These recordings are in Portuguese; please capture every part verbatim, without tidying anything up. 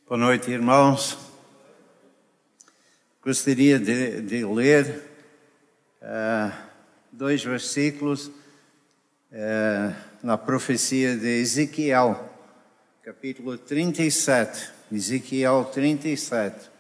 Boa noite, irmãos. Gostaria de, de ler uh, dois versículos uh, na profecia de Ezequiel, capítulo trinta e sete. Ezequiel trinta e sete.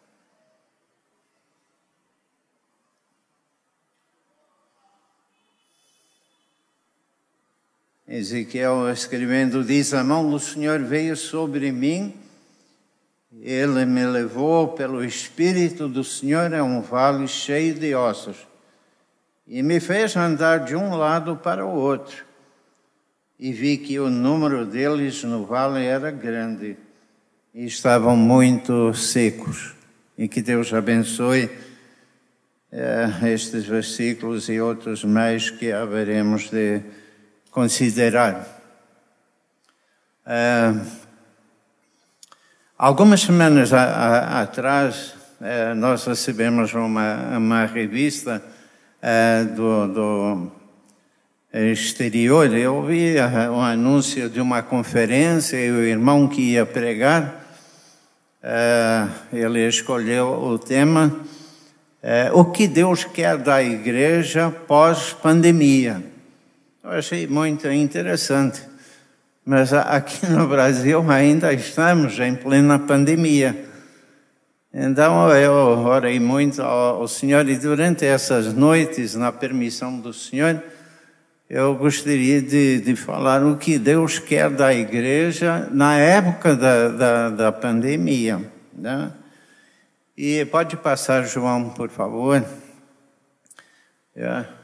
Ezequiel escrevendo diz: a mão do Senhor veio sobre mim, Ele me levou pelo Espírito do Senhor a um vale cheio de ossos e me fez andar de um lado para o outro. E vi que o número deles no vale era grande e estavam muito secos. E que Deus abençoe eh, estes versículos e outros mais que haveremos de considerar. Uh, algumas semanas a, a, atrás, uh, nós recebemos uma, uma revista uh, do, do exterior. Eu vi uh, um anúncio de uma conferência e o irmão que ia pregar, uh, ele escolheu o tema uh, o que Deus quer da igreja pós-pandemia. Eu achei muito interessante, mas aqui no Brasil ainda estamos em plena pandemia. Então eu orei muito ao Senhor e durante essas noites, na permissão do Senhor, eu gostaria de, de falar o que Deus quer da igreja na época da, da, da pandemia, né? E pode passar, João, por favor. Yeah.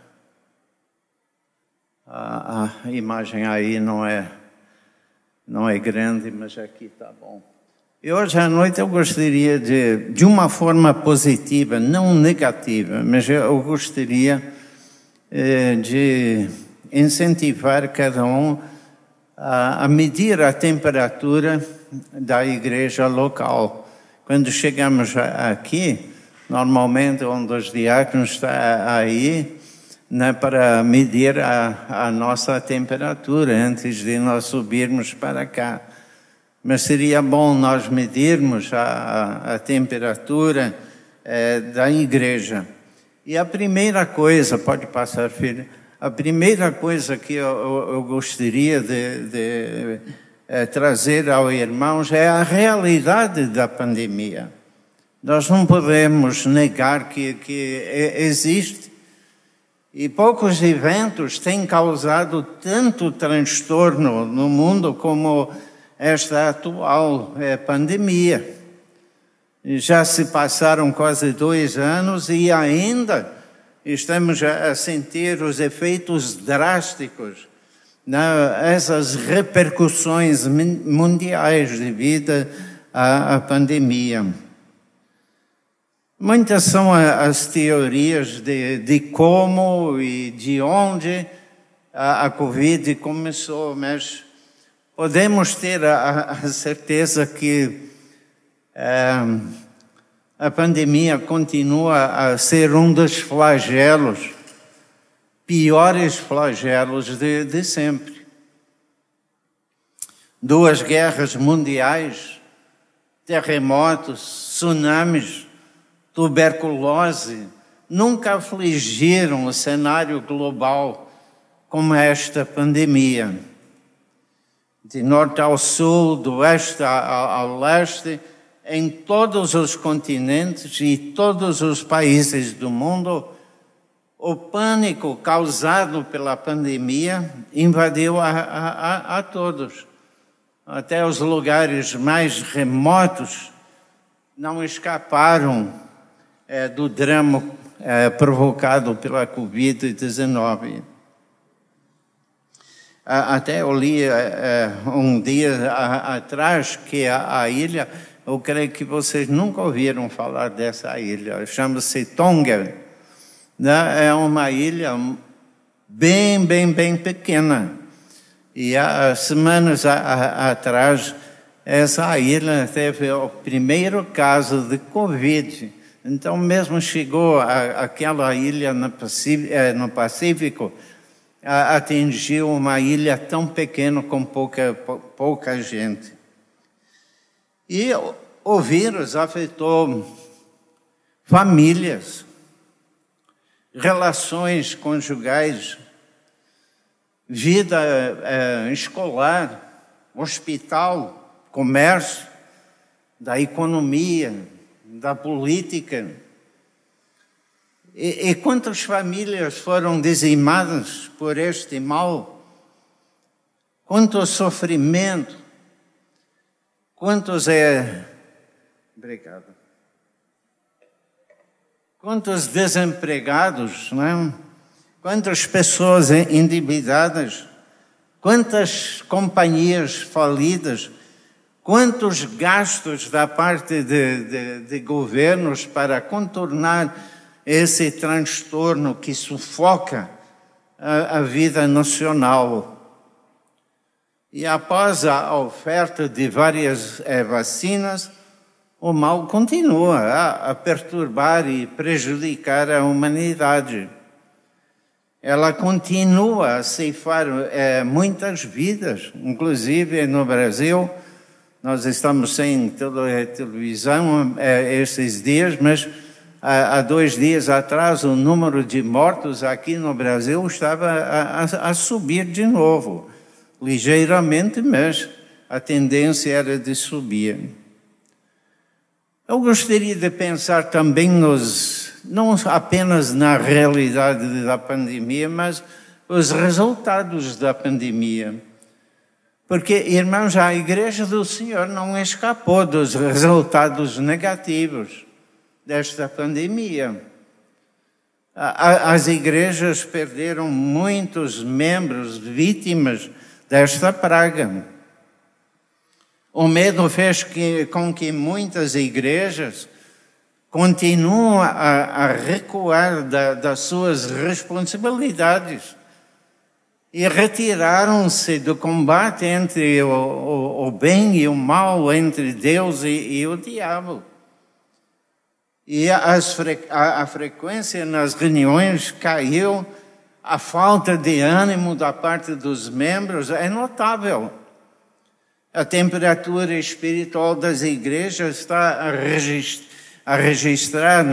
A, a imagem aí não é, não é grande, mas aqui está bom. E hoje à noite eu gostaria de, de uma forma positiva, não negativa, mas eu gostaria eh, de incentivar cada um a, a medir a temperatura da igreja local. Quando chegamos aqui, normalmente um dos diáconos está aí, né, para medir a, a nossa temperatura antes de nós subirmos para cá. Mas seria bom nós medirmos a, a, a temperatura é, da igreja. E a primeira coisa, pode passar, filho, a primeira coisa que eu, eu, eu gostaria de, de é, trazer aos irmãos é a realidade da pandemia. Nós não podemos negar que, que existe. E poucos eventos têm causado tanto transtorno no mundo como esta atual é, pandemia. Já se passaram quase dois anos e ainda estamos a sentir os efeitos drásticos, né, essas repercussões mundiais devido à, à pandemia. Muitas são as teorias de, de como e de onde a, a Covid começou, mas podemos ter a, a certeza que é, a pandemia continua a ser um dos flagelos, piores flagelos de, de sempre. Duas guerras mundiais, terremotos, tsunamis, tuberculose, nunca afligiram o cenário global como esta pandemia. De norte ao sul, do oeste ao leste, em todos os continentes e todos os países do mundo, o pânico causado pela pandemia invadiu a, a, a todos. Até os lugares mais remotos não escaparam É, do drama é, provocado pela covid dezenove. Até eu li é, um dia a, atrás que a, a ilha, eu creio que vocês nunca ouviram falar dessa ilha, chama-se Tonga, né? É uma ilha bem, bem, bem pequena. E há semanas a, a, atrás, essa ilha teve o primeiro caso de Covid. Então, mesmo chegou a, aquela ilha no Pacífico, no Pacífico a, atingiu uma ilha tão pequena com pouca, pouca gente. E o vírus afetou famílias, relações conjugais, vida é, escolar, hospital, comércio, da economia, da política. E, e quantas famílias foram dizimadas por este mal? Quanto sofrimento, quantos é... Obrigado. Quantos desempregados, não é? Quantas pessoas endividadas, quantas companhias falidas, quantos gastos da parte de, de, de governos para contornar esse transtorno que sufoca a, a vida nacional. E após a oferta de várias é, vacinas, o mal continua a, a perturbar e prejudicar a humanidade. Ela continua a ceifar é, muitas vidas, inclusive no Brasil. Nós estamos sem televisão é, esses dias, mas há, há dois dias atrás o número de mortos aqui no Brasil estava a, a, a subir de novo, ligeiramente, mas a tendência era de subir. Eu gostaria de pensar também nos não apenas na realidade da pandemia, mas os resultados da pandemia. Porque, irmãos, a Igreja do Senhor não escapou dos resultados negativos desta pandemia. As igrejas perderam muitos membros vítimas desta praga. O medo fez que, com que muitas igrejas continuam a, a recuar da, das suas responsabilidades e retiraram-se do combate entre o, o, o bem e o mal, entre Deus e, e o diabo. E as, a, a frequência nas reuniões caiu, a falta de ânimo da parte dos membros é notável. A temperatura espiritual das igrejas está a registrar a registrar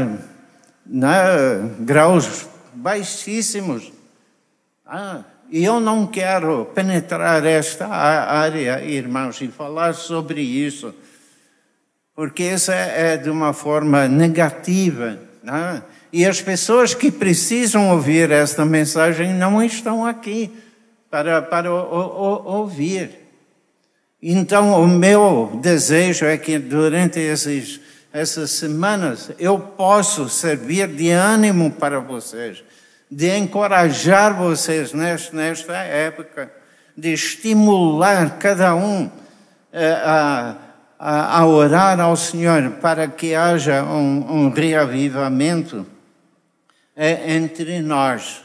né, graus baixíssimos. Ah, e eu não quero penetrar esta área, irmãos, e falar sobre isso, porque isso é, é de uma forma negativa. Né? E as pessoas que precisam ouvir esta mensagem não estão aqui para, para o, o, ouvir. Então, o meu desejo é que durante esses essas semanas, eu posso servir de ânimo para vocês, de encorajar vocês nesta, nesta época, de estimular cada um eh, a, a, a orar ao Senhor para que haja um, um reavivamento eh, entre nós.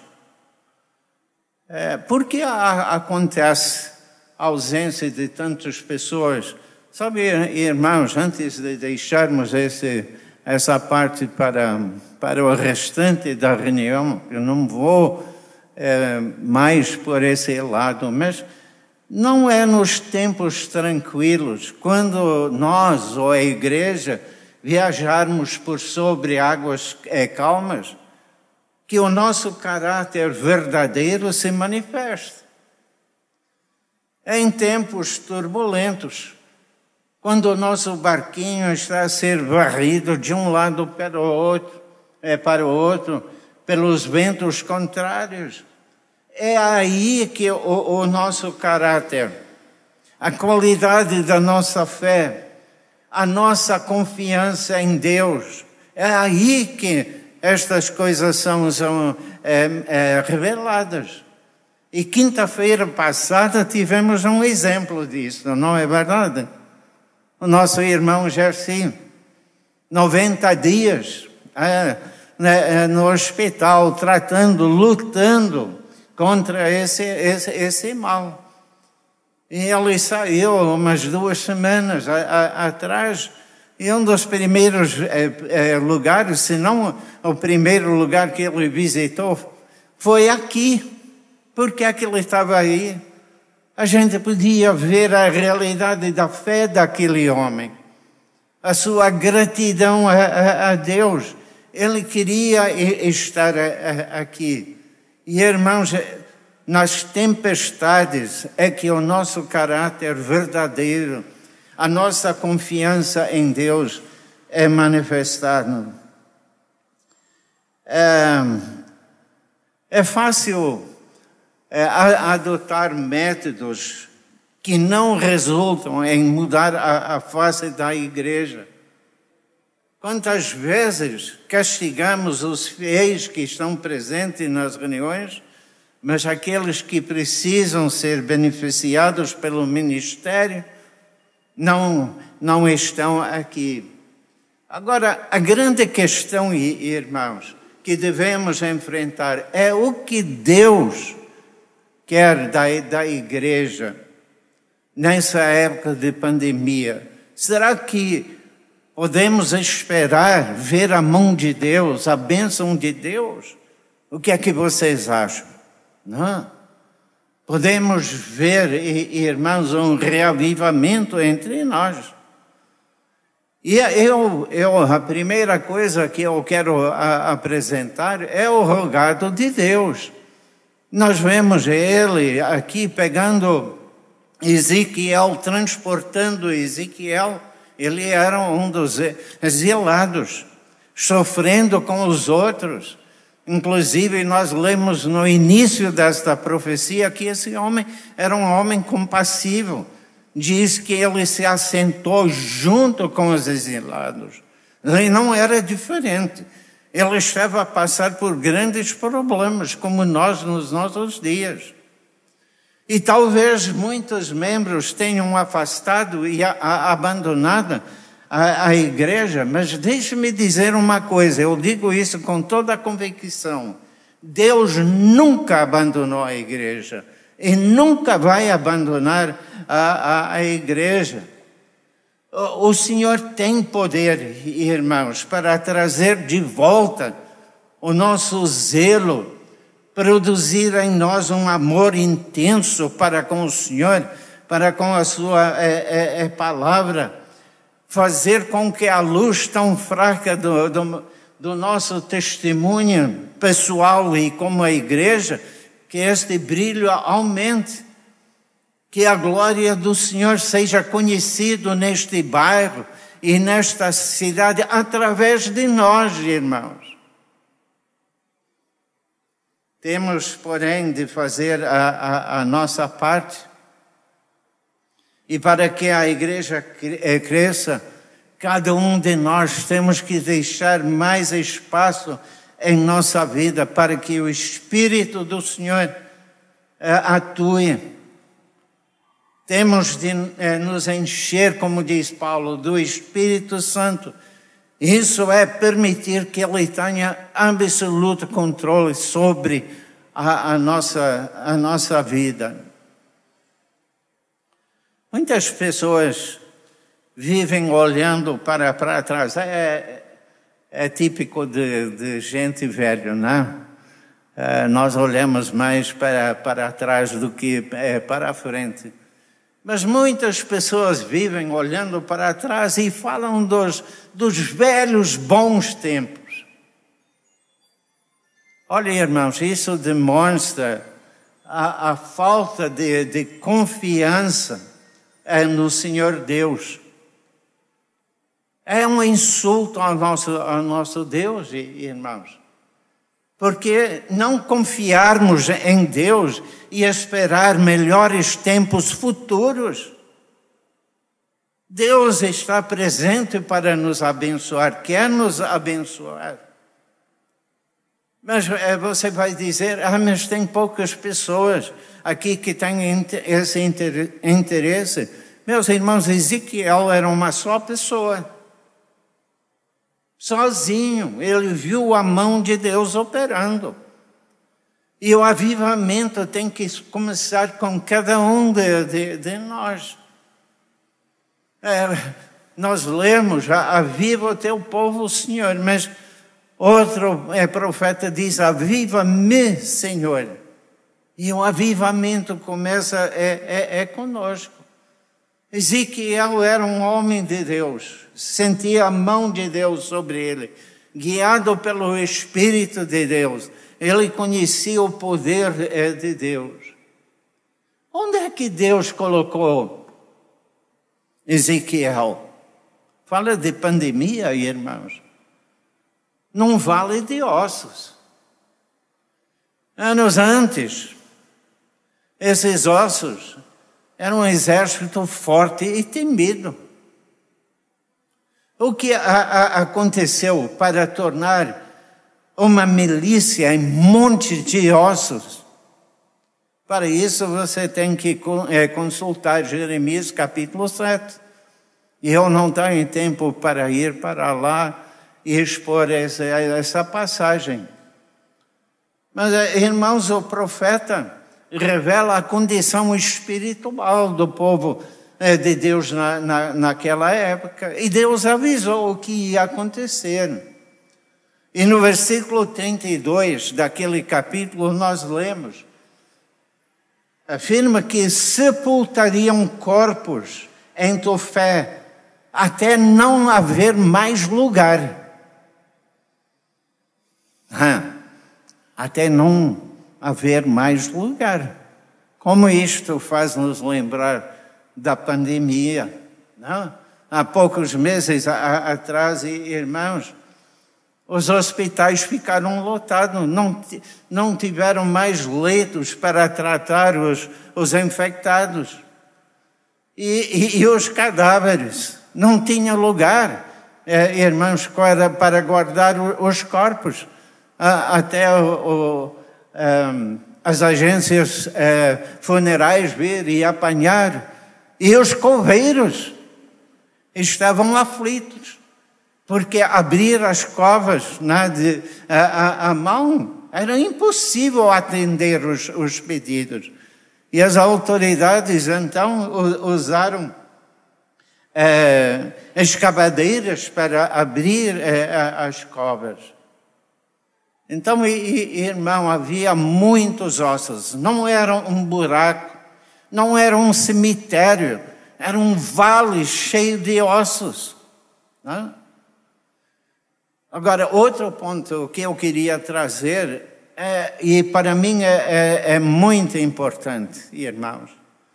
Eh, por que a, acontece a ausência de tantas pessoas? Sabe, irmãos, antes de deixarmos esse, essa parte para, para o restante da reunião, eu não vou é, mais por esse lado, mas não é nos tempos tranquilos, quando nós ou a igreja viajarmos por sobre águas é, calmas, que o nosso caráter verdadeiro se manifesta. É em tempos turbulentos, quando o nosso barquinho está a ser varrido de um lado para o outro, é, para o outro, pelos ventos contrários. É aí que o, o nosso caráter, a qualidade da nossa fé, a nossa confiança em Deus, é aí que estas coisas são, são é, é, reveladas. E quinta-feira passada tivemos um exemplo disso, não é verdade? O nosso irmão Gersi, noventa dias é, né, no hospital, tratando, lutando contra esse, esse, esse mal. E ele saiu umas duas semanas a, a, atrás, e um dos primeiros é, é, lugares, se não o primeiro lugar que ele visitou, foi aqui. Por que é que ele estava aí? A gente podia ver a realidade da fé daquele homem. a sua gratidão a, a, a Deus. Ele queria estar aqui. E, irmãos, nas tempestades é que o nosso caráter verdadeiro, a nossa confiança em Deus é manifestado. É, é fácil é, adotar métodos que não resultam em mudar a, a face da igreja. Quantas vezes castigamos os fiéis que estão presentes nas reuniões, mas aqueles que precisam ser beneficiados pelo ministério não, não estão aqui. Agora, a grande questão, irmãos, que devemos enfrentar é o que Deus quer da, da igreja nessa época de pandemia. Será que podemos esperar ver a mão de Deus, a bênção de Deus? O que é que vocês acham? Não? Podemos ver, irmãos, um reavivamento entre nós. E eu, eu, a primeira coisa que eu quero a, apresentar é o rogado de Deus. Nós vemos ele aqui pegando Ezequiel, transportando Ezequiel. Ele era um dos exilados, sofrendo com os outros. Inclusive, nós lemos no início desta profecia que esse homem era um homem compassivo. Diz que ele se assentou junto com os exilados. Ele não era diferente. Ele estava a passar por grandes problemas, como nós nos nossos dias. E talvez muitos membros tenham afastado e a, a, abandonado a, a igreja, mas deixe-me dizer uma coisa, eu digo isso com toda a convicção. Deus nunca abandonou a igreja e nunca vai abandonar a, a, a igreja. O, o Senhor tem poder, irmãos, para trazer de volta o nosso zelo, produzir em nós um amor intenso para com o Senhor, para com a sua é, é, é, palavra, fazer com que a luz tão fraca do, do, do nosso testemunho pessoal e como a igreja, que este brilho aumente, que a glória do Senhor seja conhecido neste bairro e nesta cidade através de nós, irmãos. Temos, porém, de fazer a, a, a nossa parte. E para que a igreja cresça, cada um de nós temos que deixar mais espaço em nossa vida para que o Espírito do Senhor atue. Temos de nos encher, como diz Paulo, do Espírito Santo. Isso é permitir que Ele tenha absoluto controle sobre a, a, nossa, a nossa vida. Muitas pessoas vivem olhando para, para trás. É, é típico de, de gente velha, não? É, nós olhamos mais para, para trás do que é, para a frente. Mas muitas pessoas vivem olhando para trás e falam dos, dos velhos bons tempos. Olha, irmãos, isso demonstra a, a falta de, de confiança no Senhor Deus. É um insulto ao nosso, ao nosso Deus, irmãos. Porque não confiarmos em Deus e esperar melhores tempos futuros. Deus está presente para nos abençoar, quer nos abençoar. Mas você vai dizer, ah, mas tem poucas pessoas aqui que têm esse interesse. Meus irmãos, Ezequiel era uma só pessoa. Sozinho, ele viu a mão de Deus operando. E o avivamento tem que começar com cada um de, de, de nós. É, nós lemos, aviva o teu povo, Senhor, mas outro é, profeta diz, aviva-me, Senhor. E o avivamento começa, é, é, é conosco. Ezequiel era um homem de Deus, sentia a mão de Deus sobre ele, guiado pelo Espírito de Deus. Ele conhecia o poder de Deus. Onde é que Deus colocou Ezequiel? Fala de pandemia, irmãos. Num vale de ossos. Anos antes, esses ossos eram um exército forte e temido. O que a, a, aconteceu para tornar uma milícia em monte de ossos? Para isso você tem que é, consultar Jeremias capítulo sete. E eu não tenho tempo para ir para lá e expor essa, essa passagem. Mas, irmãos, o profeta revela a condição espiritual do povo de Deus na, na, naquela época. E Deus avisou o que ia acontecer. E no versículo trinta e dois daquele capítulo nós lemos, afirma que sepultariam corpos em Tofé até não haver mais lugar. Ah, até não haver mais lugar. Como isto faz nos lembrar da pandemia, não? Há poucos meses a, a, atrás, irmãos, os hospitais ficaram lotados, não, não tiveram mais leitos para tratar os, os infectados. E, e, e os cadáveres não tinham lugar, eh, irmãos, para, para guardar os corpos. Ah, até o, o, um, as agências eh, funerais vir e apanhar. E os coveiros estavam aflitos, porque abrir as covas, né, de, a, a, a mão era impossível atender os, os pedidos. E as autoridades, então, usaram é, escavadeiras para abrir é, as covas. Então, irmão, havia muitos ossos. Não era um buraco, não era um cemitério, era um vale cheio de ossos. Não? Agora, outro ponto que eu queria trazer, é, e para mim é, é, é muito importante, irmãos.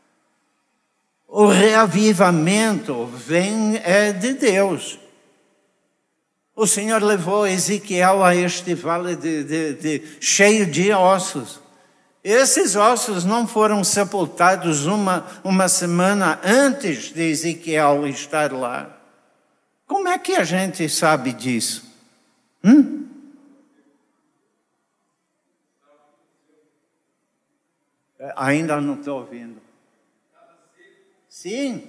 O reavivamento vem é, de Deus. O Senhor levou Ezequiel a este vale de, de, de, cheio de ossos. Esses ossos não foram sepultados uma, uma semana antes de Ezequiel estar lá. Como é que a gente sabe disso? Hum? Ainda não estou ouvindo. Sim.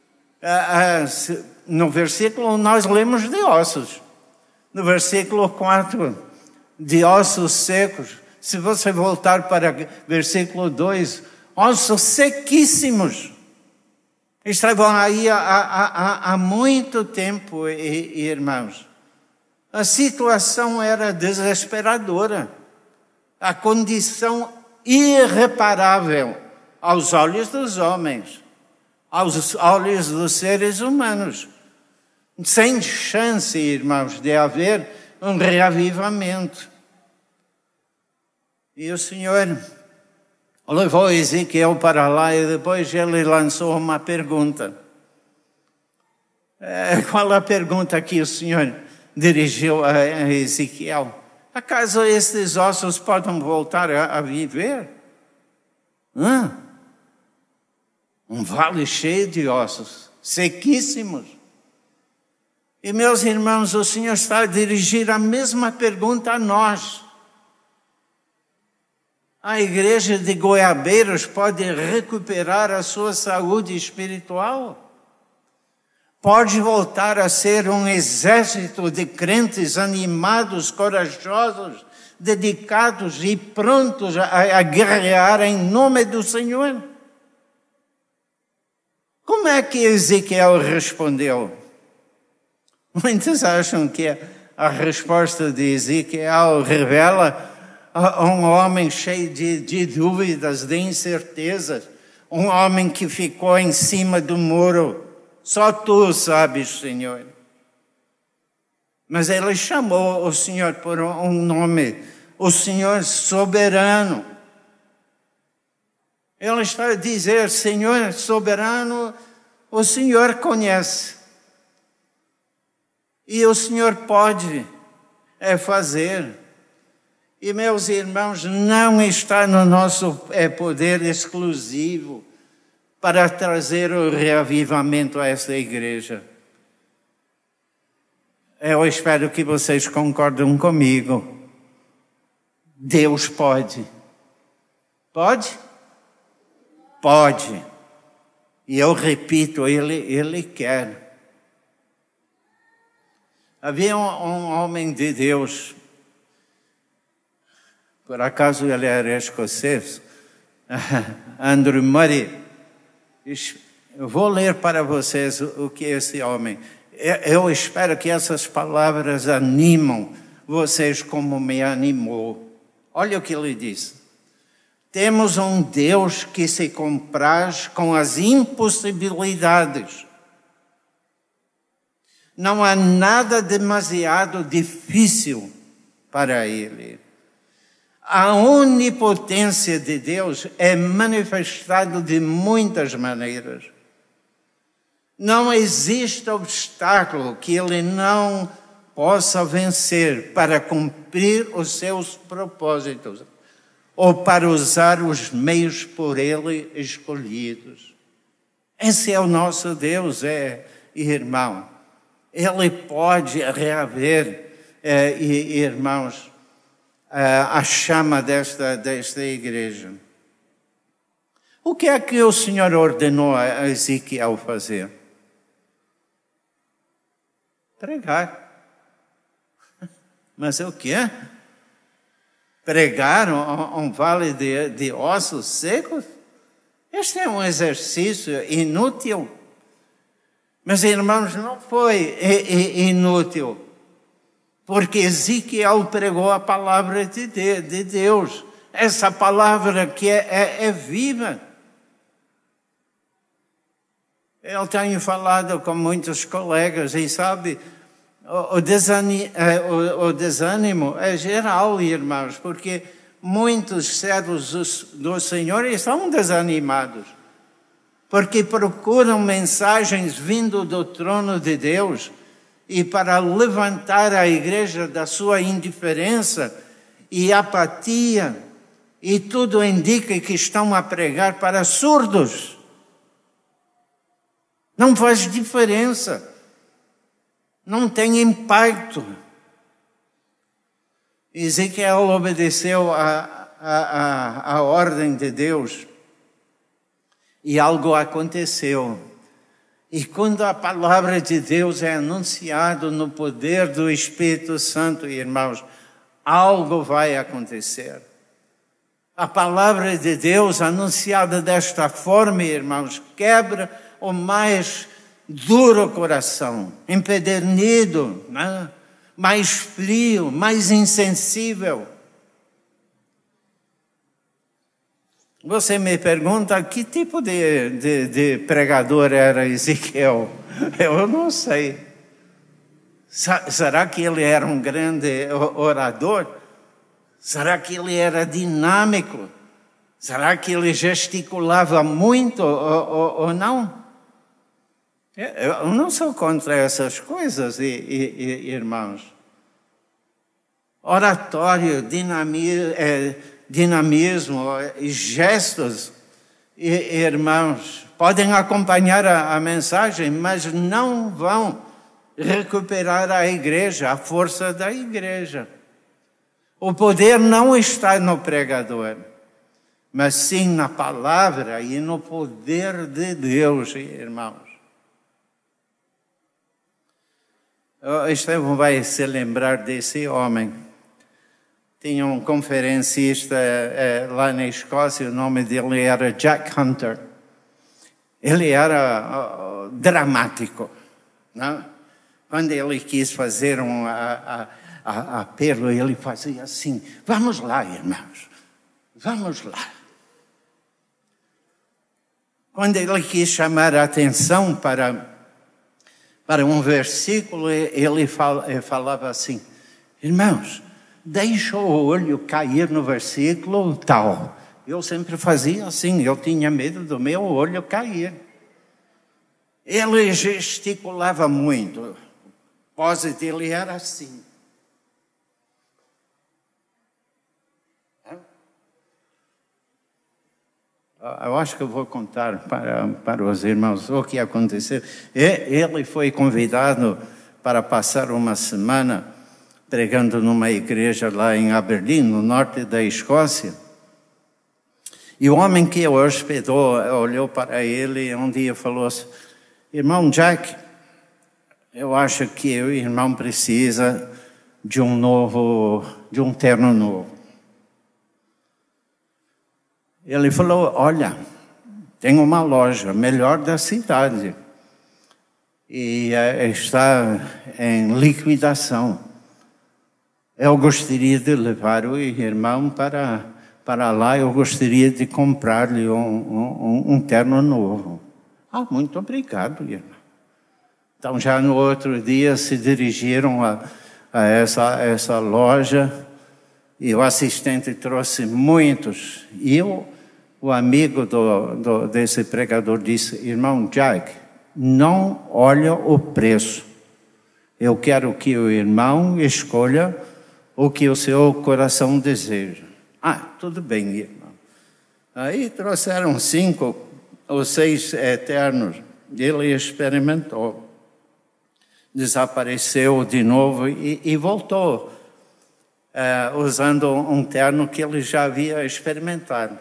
No versículo nós lemos de ossos. No versículo quatro, de ossos secos. Se você voltar para versículo dois, ossos sequíssimos. Estavam aí há, há, há, há muito tempo, irmãos. A situação era desesperadora. A condição irreparável aos olhos dos homens, aos olhos dos seres humanos. Sem chance, irmãos, de haver um reavivamento. E o Senhor levou Ezequiel para lá e depois ele lançou uma pergunta. É, qual a pergunta que o Senhor dirigiu a Ezequiel? Acaso estes ossos podem voltar a, a viver? Hã? Um vale cheio de ossos, sequíssimos. E, meus irmãos, o Senhor está a dirigir a mesma pergunta a nós. A igreja de Goiabeiros pode recuperar a sua saúde espiritual? Pode voltar a ser um exército de crentes animados, corajosos, dedicados e prontos a, a guerrear em nome do Senhor? Como é que Ezequiel respondeu? Muitos acham que a resposta de Ezequiel revela um homem cheio de, de dúvidas, de incertezas, Um homem que ficou em cima do muro. Só tu sabes, Senhor. Mas ele chamou o Senhor por um nome, o Senhor soberano. Ele está a dizer, Senhor soberano, o Senhor conhece. E o Senhor pode é, fazer. E, meus irmãos, não está no nosso é, poder exclusivo para trazer o reavivamento a esta igreja. Eu espero que vocês concordem comigo. Deus pode. Pode? Pode. E eu repito, Ele, ele quer. Havia um, um homem de Deus, por acaso ele era escocês, Andrew Murray. Eu vou ler para vocês o, o que esse homem... Eu espero que essas palavras animam vocês como me animou. Olha o que ele diz. Temos um Deus que se compraz com as impossibilidades. Não há nada demasiado difícil para Ele. A onipotência de Deus é manifestada de muitas maneiras. Não existe obstáculo que Ele não possa vencer para cumprir os seus propósitos ou para usar os meios por Ele escolhidos. Esse é o nosso Deus, é, irmão. Ele pode reaver, é, irmãos, a chama desta, desta igreja. O que é que o Senhor ordenou a Ezequiel fazer? Pregar. Mas o quê? Pregar um, um vale de, de ossos secos? Este é um exercício inútil. Mas, irmãos, não foi inútil, porque Ezequiel pregou a palavra de Deus. Essa palavra que é, é, é viva. Eu tenho falado com muitos colegas e sabe, o, o, desânimo, o, o desânimo é geral, irmãos, porque muitos servos do Senhor estão desanimados, porque procuram mensagens vindo do trono de Deus e para levantar a igreja da sua indiferença e apatia, e tudo indica que estão a pregar para surdos. Não faz diferença. Não tem impacto. Ezequiel obedeceu a, a, a, a ordem de Deus e algo aconteceu. E quando a palavra de Deus é anunciada no poder do Espírito Santo, irmãos, algo vai acontecer. A palavra de Deus anunciada desta forma, irmãos, quebra o mais duro coração, empedernido, né? Mais frio, mais insensível. Você me pergunta que tipo de, de, de pregador era Ezequiel? Eu não sei. Será que ele era um grande orador? Será que ele era dinâmico? Será que ele gesticulava muito ou, ou, ou não? Eu não sou contra essas coisas, irmãos. Oratório, dinamismo, é, dinamismo e gestos, irmãos, podem acompanhar a, a mensagem, mas não vão recuperar a igreja, a força da igreja. O poder não está no pregador, mas sim na palavra e no poder de Deus, irmãos. Estevão vai se lembrar desse homem. Tinha um conferencista é, lá na Escócia, o nome dele era Jack Hunter. Ele era uh, dramático, não? Quando ele quis fazer um a, a, a, apelo, ele fazia assim: vamos lá, irmãos, vamos lá. quando ele quis chamar a atenção para, para um versículo, ele falava assim: irmãos, deixa o olho cair no versículo tal. Eu sempre fazia assim, eu tinha medo do meu olho cair. Ele gesticulava muito, a pose dele era assim. Eu acho que eu vou contar para, para os irmãos o que aconteceu. Ele foi convidado para passar uma semana pregando numa igreja lá em Aberdeen, no norte da Escócia. E o homem que o hospedou olhou para ele e um dia falou assim: irmão Jack, eu acho que o irmão precisa de um novo, de um terno novo. Ele falou: olha, tem uma loja melhor da cidade e está em liquidação. Eu gostaria de levar o irmão para, para lá, eu gostaria de comprar-lhe um, um, um terno novo. Ah, muito obrigado, irmão. Então, já no outro dia, se dirigiram a, a, essa, a essa loja e o assistente trouxe muitos. E eu, o amigo do, do, desse pregador disse: irmão Jack, não olha o preço. Eu quero que o irmão escolha o que o seu coração deseja. Ah, tudo bem, irmão. Aí trouxeram cinco ou seis eternos. Ele experimentou. Desapareceu de novo e, e voltou, uh, usando um terno que ele já havia experimentado.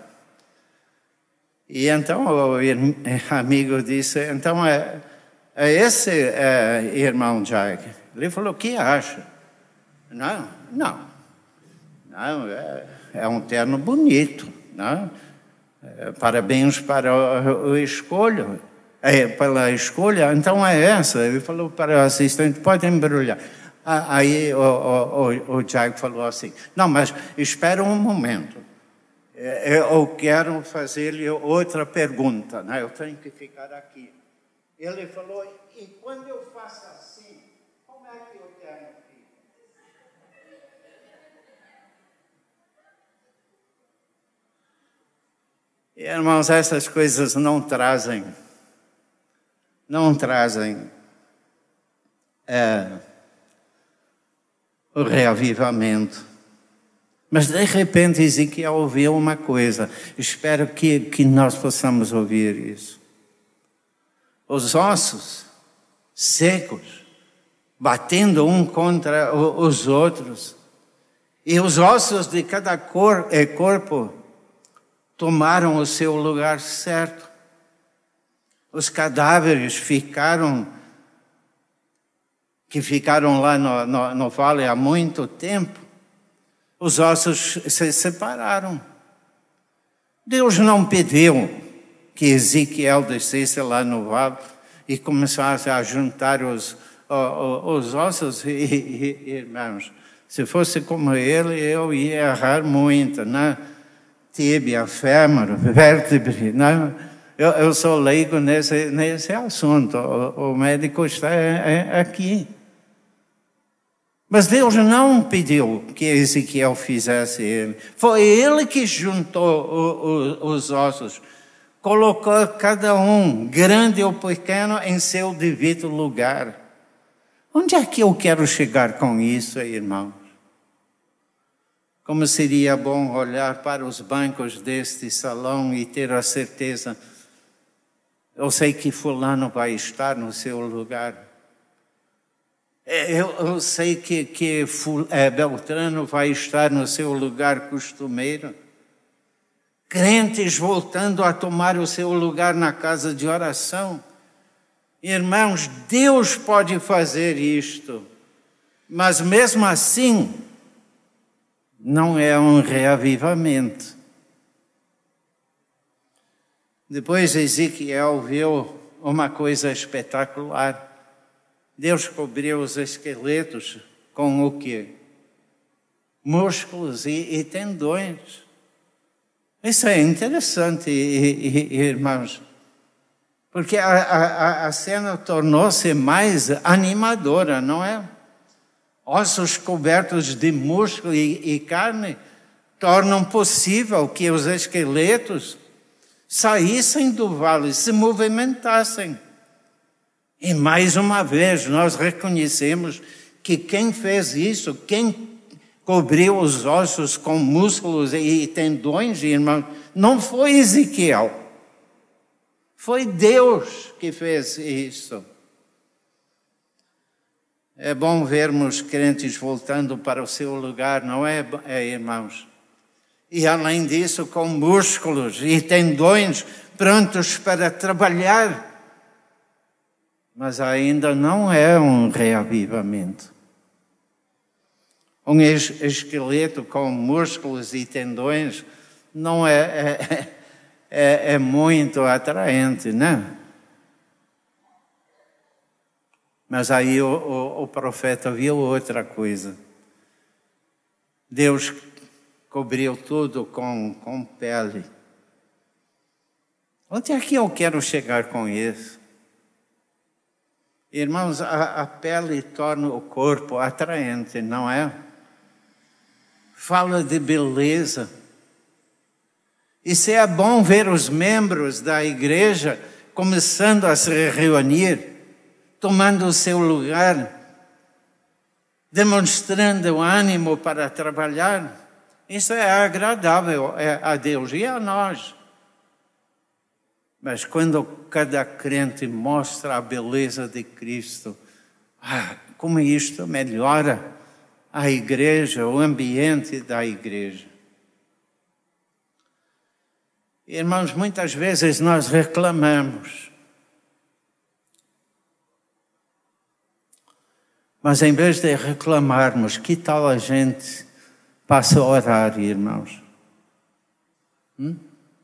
E então o amigo disse: então é, é esse é, irmão Jack? Ele falou: o que acha? Não, não, não é, é um terno bonito, não? É, parabéns para o, o escolho, é, pela escolha. Então é essa. Ele falou para o assistente: pode embrulhar. Aí o, o, o Jack falou assim: não, mas espera um momento. Eu quero fazer-lhe outra pergunta, né? Eu tenho que ficar aqui. Ele falou: e quando eu faço assim, como é que eu quero ficar? Irmãos, essas coisas não trazem, não trazem é, o reavivamento. Mas de repente Ezequiel ouviu uma coisa. Espero que, que nós possamos ouvir isso. Os ossos secos, batendo um contra os outros. E os ossos de cada cor, é, corpo tomaram o seu lugar certo. Os cadáveres ficaram, que ficaram lá no, no, no vale há muito tempo, os ossos se separaram. Deus não pediu que Ezequiel descesse lá no vale e começasse a juntar os, os, os ossos. E, e, irmãos, se fosse como ele, eu ia errar muito, né? Tíbia, fêmur, vértebre, né? Eu, eu sou leigo nesse, nesse assunto. O, o médico está é, é aqui. Mas Deus não pediu que Ezequiel fizesse ele. Foi ele que juntou o, o, os ossos, colocou cada um, grande ou pequeno, em seu devido lugar. Onde é que eu quero chegar com isso, irmãos? Como seria bom olhar para os bancos deste salão e ter a certeza: eu sei que fulano vai estar no seu lugar. Eu, eu sei que, que é, Beltrano vai estar no seu lugar costumeiro. Crentes voltando a tomar o seu lugar na casa de oração. Irmãos, Deus pode fazer isto, mas mesmo assim, não é um reavivamento. Depois Ezequiel viu uma coisa espetacular. Deus cobriu os esqueletos com o quê? Músculos e, e tendões. Isso é interessante, irmãos. Porque a, a, a cena tornou-se mais animadora, não é? Ossos cobertos de músculo e, e carne tornam possível que os esqueletos saíssem do vale, se movimentassem. E mais uma vez nós reconhecemos que quem fez isso, quem cobriu os ossos com músculos e tendões, irmãos, não foi Ezequiel. Foi Deus que fez isso. É bom vermos crentes voltando para o seu lugar, não é, irmãos? E além disso, com músculos e tendões prontos para trabalhar. Mas ainda não é um reavivamento. Um esqueleto com músculos e tendões não é, é, é, é muito atraente, né? Mas aí o, o, o profeta viu outra coisa. Deus cobriu tudo com, com pele. Onde é que eu quero chegar com isso? Irmãos, a, a pele torna o corpo atraente, não é? Fala de beleza. E se é bom ver os membros da igreja começando a se reunir, tomando o seu lugar, demonstrando ânimo para trabalhar, isso é agradável a Deus e a nós. Mas quando cada crente mostra a beleza de Cristo, ah, como isto melhora a igreja, o ambiente da igreja. Irmãos, muitas vezes nós reclamamos. Mas em vez de reclamarmos, que tal a gente passa a orar, irmãos? Hum?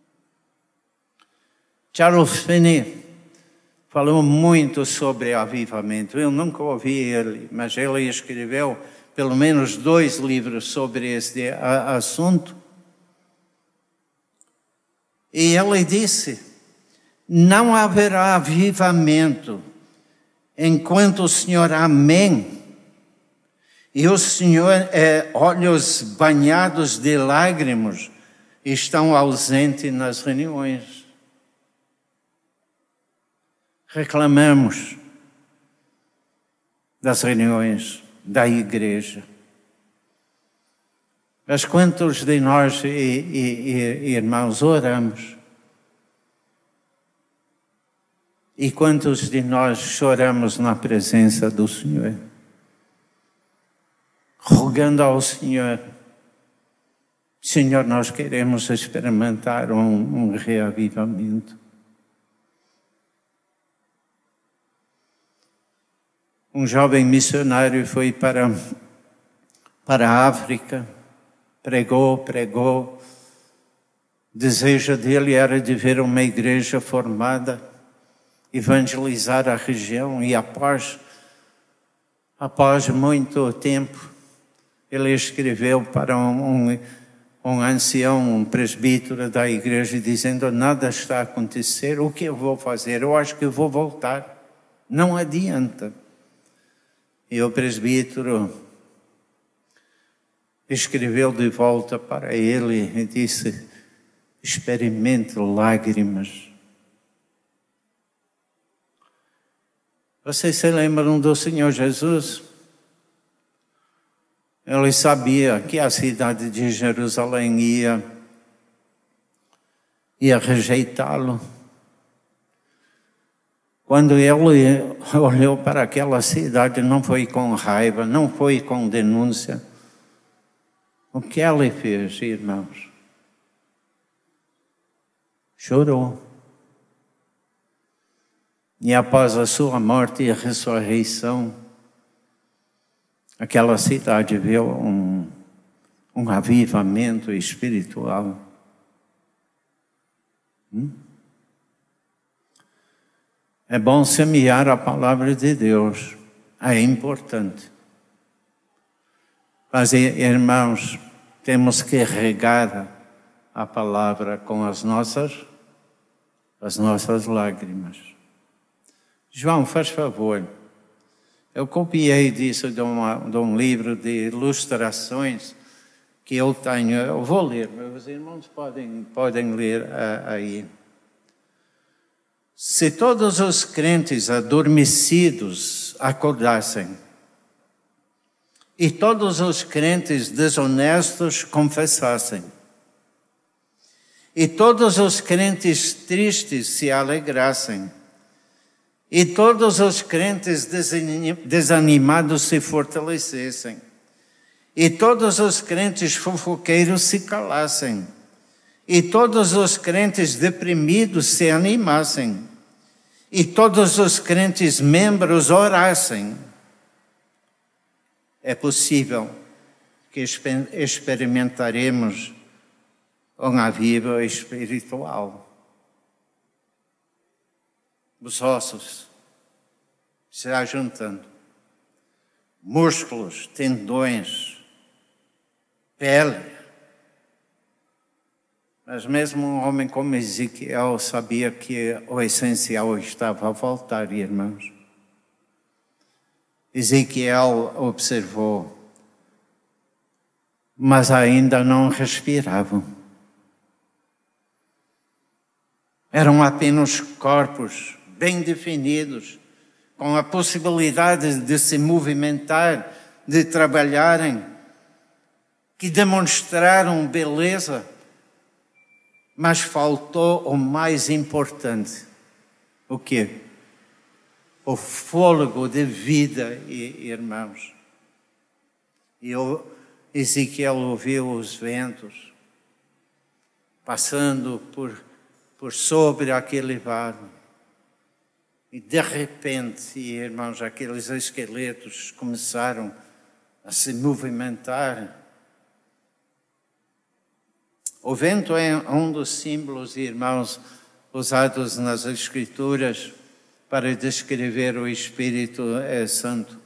Charles Finney falou muito sobre avivamento. Eu nunca ouvi ele, mas ele escreveu pelo menos dois livros sobre este assunto. E ele disse, não haverá avivamento enquanto o Senhor amém e o Senhor, é, olhos banhados de lágrimas, estão ausentes nas reuniões. Reclamamos das reuniões da igreja. Mas quantos de nós, e, e, e, irmãos, oramos? E quantos de nós choramos na presença do Senhor? Rogando ao Senhor, Senhor, nós queremos experimentar um, um reavivamento. Um jovem missionário foi para, para a África, pregou, pregou. O desejo dele era de ver uma igreja formada, evangelizar a região, e após, após muito tempo, ele escreveu para um, um, um ancião, um presbítero da igreja, dizendo, nada está a acontecer, o que eu vou fazer? Eu acho que eu vou voltar, não adianta. E o presbítero escreveu de volta para ele e disse, experimente lágrimas. Vocês se lembram do Senhor Jesus? Ele sabia que a cidade de Jerusalém ia, ia rejeitá-lo. Quando ele olhou para aquela cidade, não foi com raiva, não foi com denúncia. O que ele fez, irmãos? Chorou. E após a sua morte e a ressurreição, aquela cidade viu um, um avivamento espiritual. Hum? É bom semear a palavra de Deus, é importante. Mas, irmãos, temos que regar a palavra com as nossas, as nossas lágrimas. João, faz favor. Eu copiei disso de, uma, de um livro de ilustrações que eu tenho. Eu vou ler, meus irmãos podem, podem ler uh, aí. Se todos os crentes adormecidos acordassem, e todos os crentes desonestos confessassem, e todos os crentes tristes se alegrassem, e todos os crentes desanimados se fortalecessem, e todos os crentes fofoqueiros se calassem, e todos os crentes deprimidos se animassem, e todos os crentes membros orassem, é possível que experimentaremos um avivo espiritual. Os ossos se ajuntando, músculos, tendões, pele. Mas mesmo um homem como Ezequiel sabia que o essencial estava a faltar, irmãos. Ezequiel observou, mas ainda não respiravam. Eram apenas corpos bem definidos, com a possibilidade de se movimentar, de trabalharem, que demonstraram beleza, mas faltou o mais importante. O quê? O fôlego de vida, irmãos. E Ezequiel ouviu os ventos passando por, por sobre aquele vale. E de repente, irmãos, aqueles esqueletos começaram a se movimentar. O vento é um dos símbolos, irmãos, usados nas Escrituras para descrever o Espírito Santo.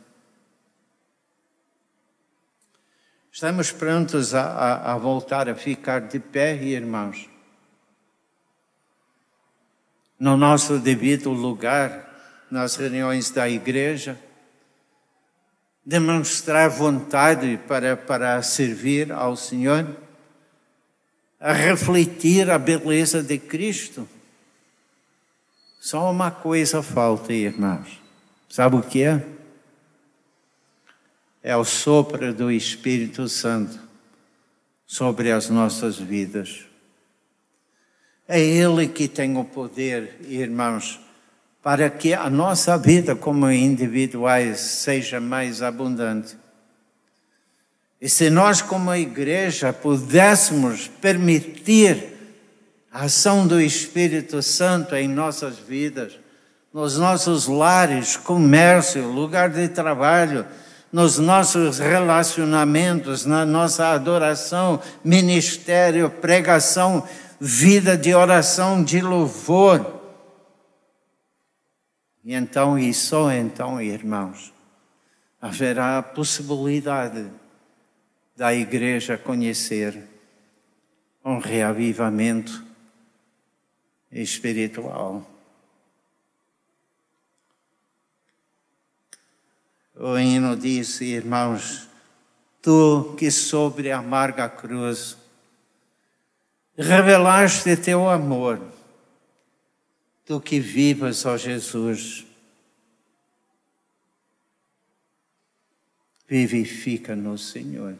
Estamos prontos a, a, a voltar a ficar de pé, irmãos, no nosso devido lugar, nas reuniões da igreja, demonstrar vontade para, para servir ao Senhor, a refletir a beleza de Cristo. Só uma coisa falta, irmãos. Sabe o que é? É o sopro do Espírito Santo sobre as nossas vidas. É Ele que tem o poder, irmãos, para que a nossa vida como individuais seja mais abundante. E se nós como igreja pudéssemos permitir a ação do Espírito Santo em nossas vidas, nos nossos lares, comércio, lugar de trabalho, nos nossos relacionamentos, na nossa adoração, ministério, pregação, vida de oração, de louvor. E então, e só então, irmãos, haverá a possibilidade da igreja conhecer um reavivamento espiritual. O hino diz, irmãos, tu que sobre a amarga cruz revelaste teu amor, tu que vivas, ó Jesus, vivifica-nos, Senhor.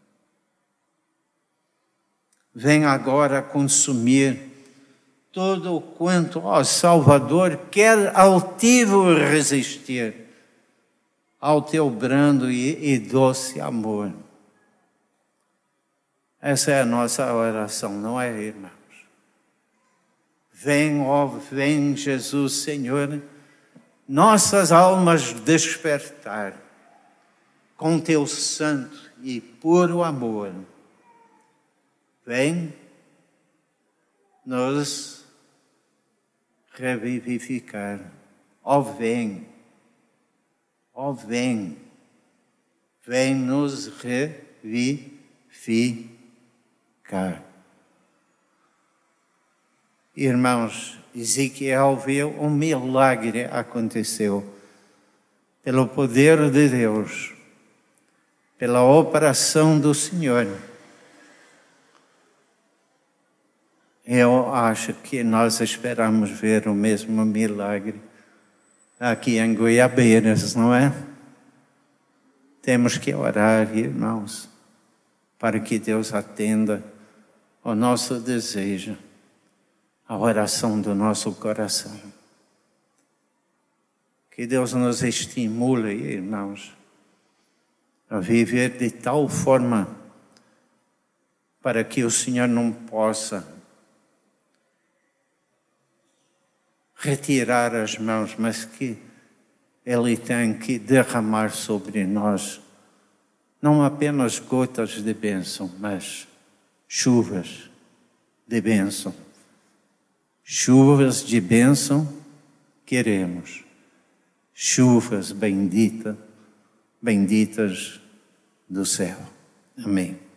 Vem agora consumir todo o quanto, ó Salvador, quer altivo resistir ao teu brando e, e doce amor. Essa é a nossa oração, não é, irmãos? Vem, ó, vem Jesus, Senhor, nossas almas despertar com teu santo e puro amor. Vem nos revivificar. Ó, vem, ó, vem, vem nos revivificar. Irmãos, Ezequiel viu um milagre aconteceu. Pelo poder de Deus, pela operação do Senhor. Eu acho que nós esperamos ver o mesmo milagre aqui em Goiabeiras, não é? Temos que orar, irmãos, para que Deus atenda ao nosso desejo, a oração do nosso coração. Que Deus nos estimule, irmãos, a viver de tal forma para que o Senhor não possa retirar as mãos, mas que Ele tem que derramar sobre nós não apenas gotas de bênção, mas chuvas de bênção. Chuvas de bênção queremos. Chuvas benditas, benditas do céu. Amém.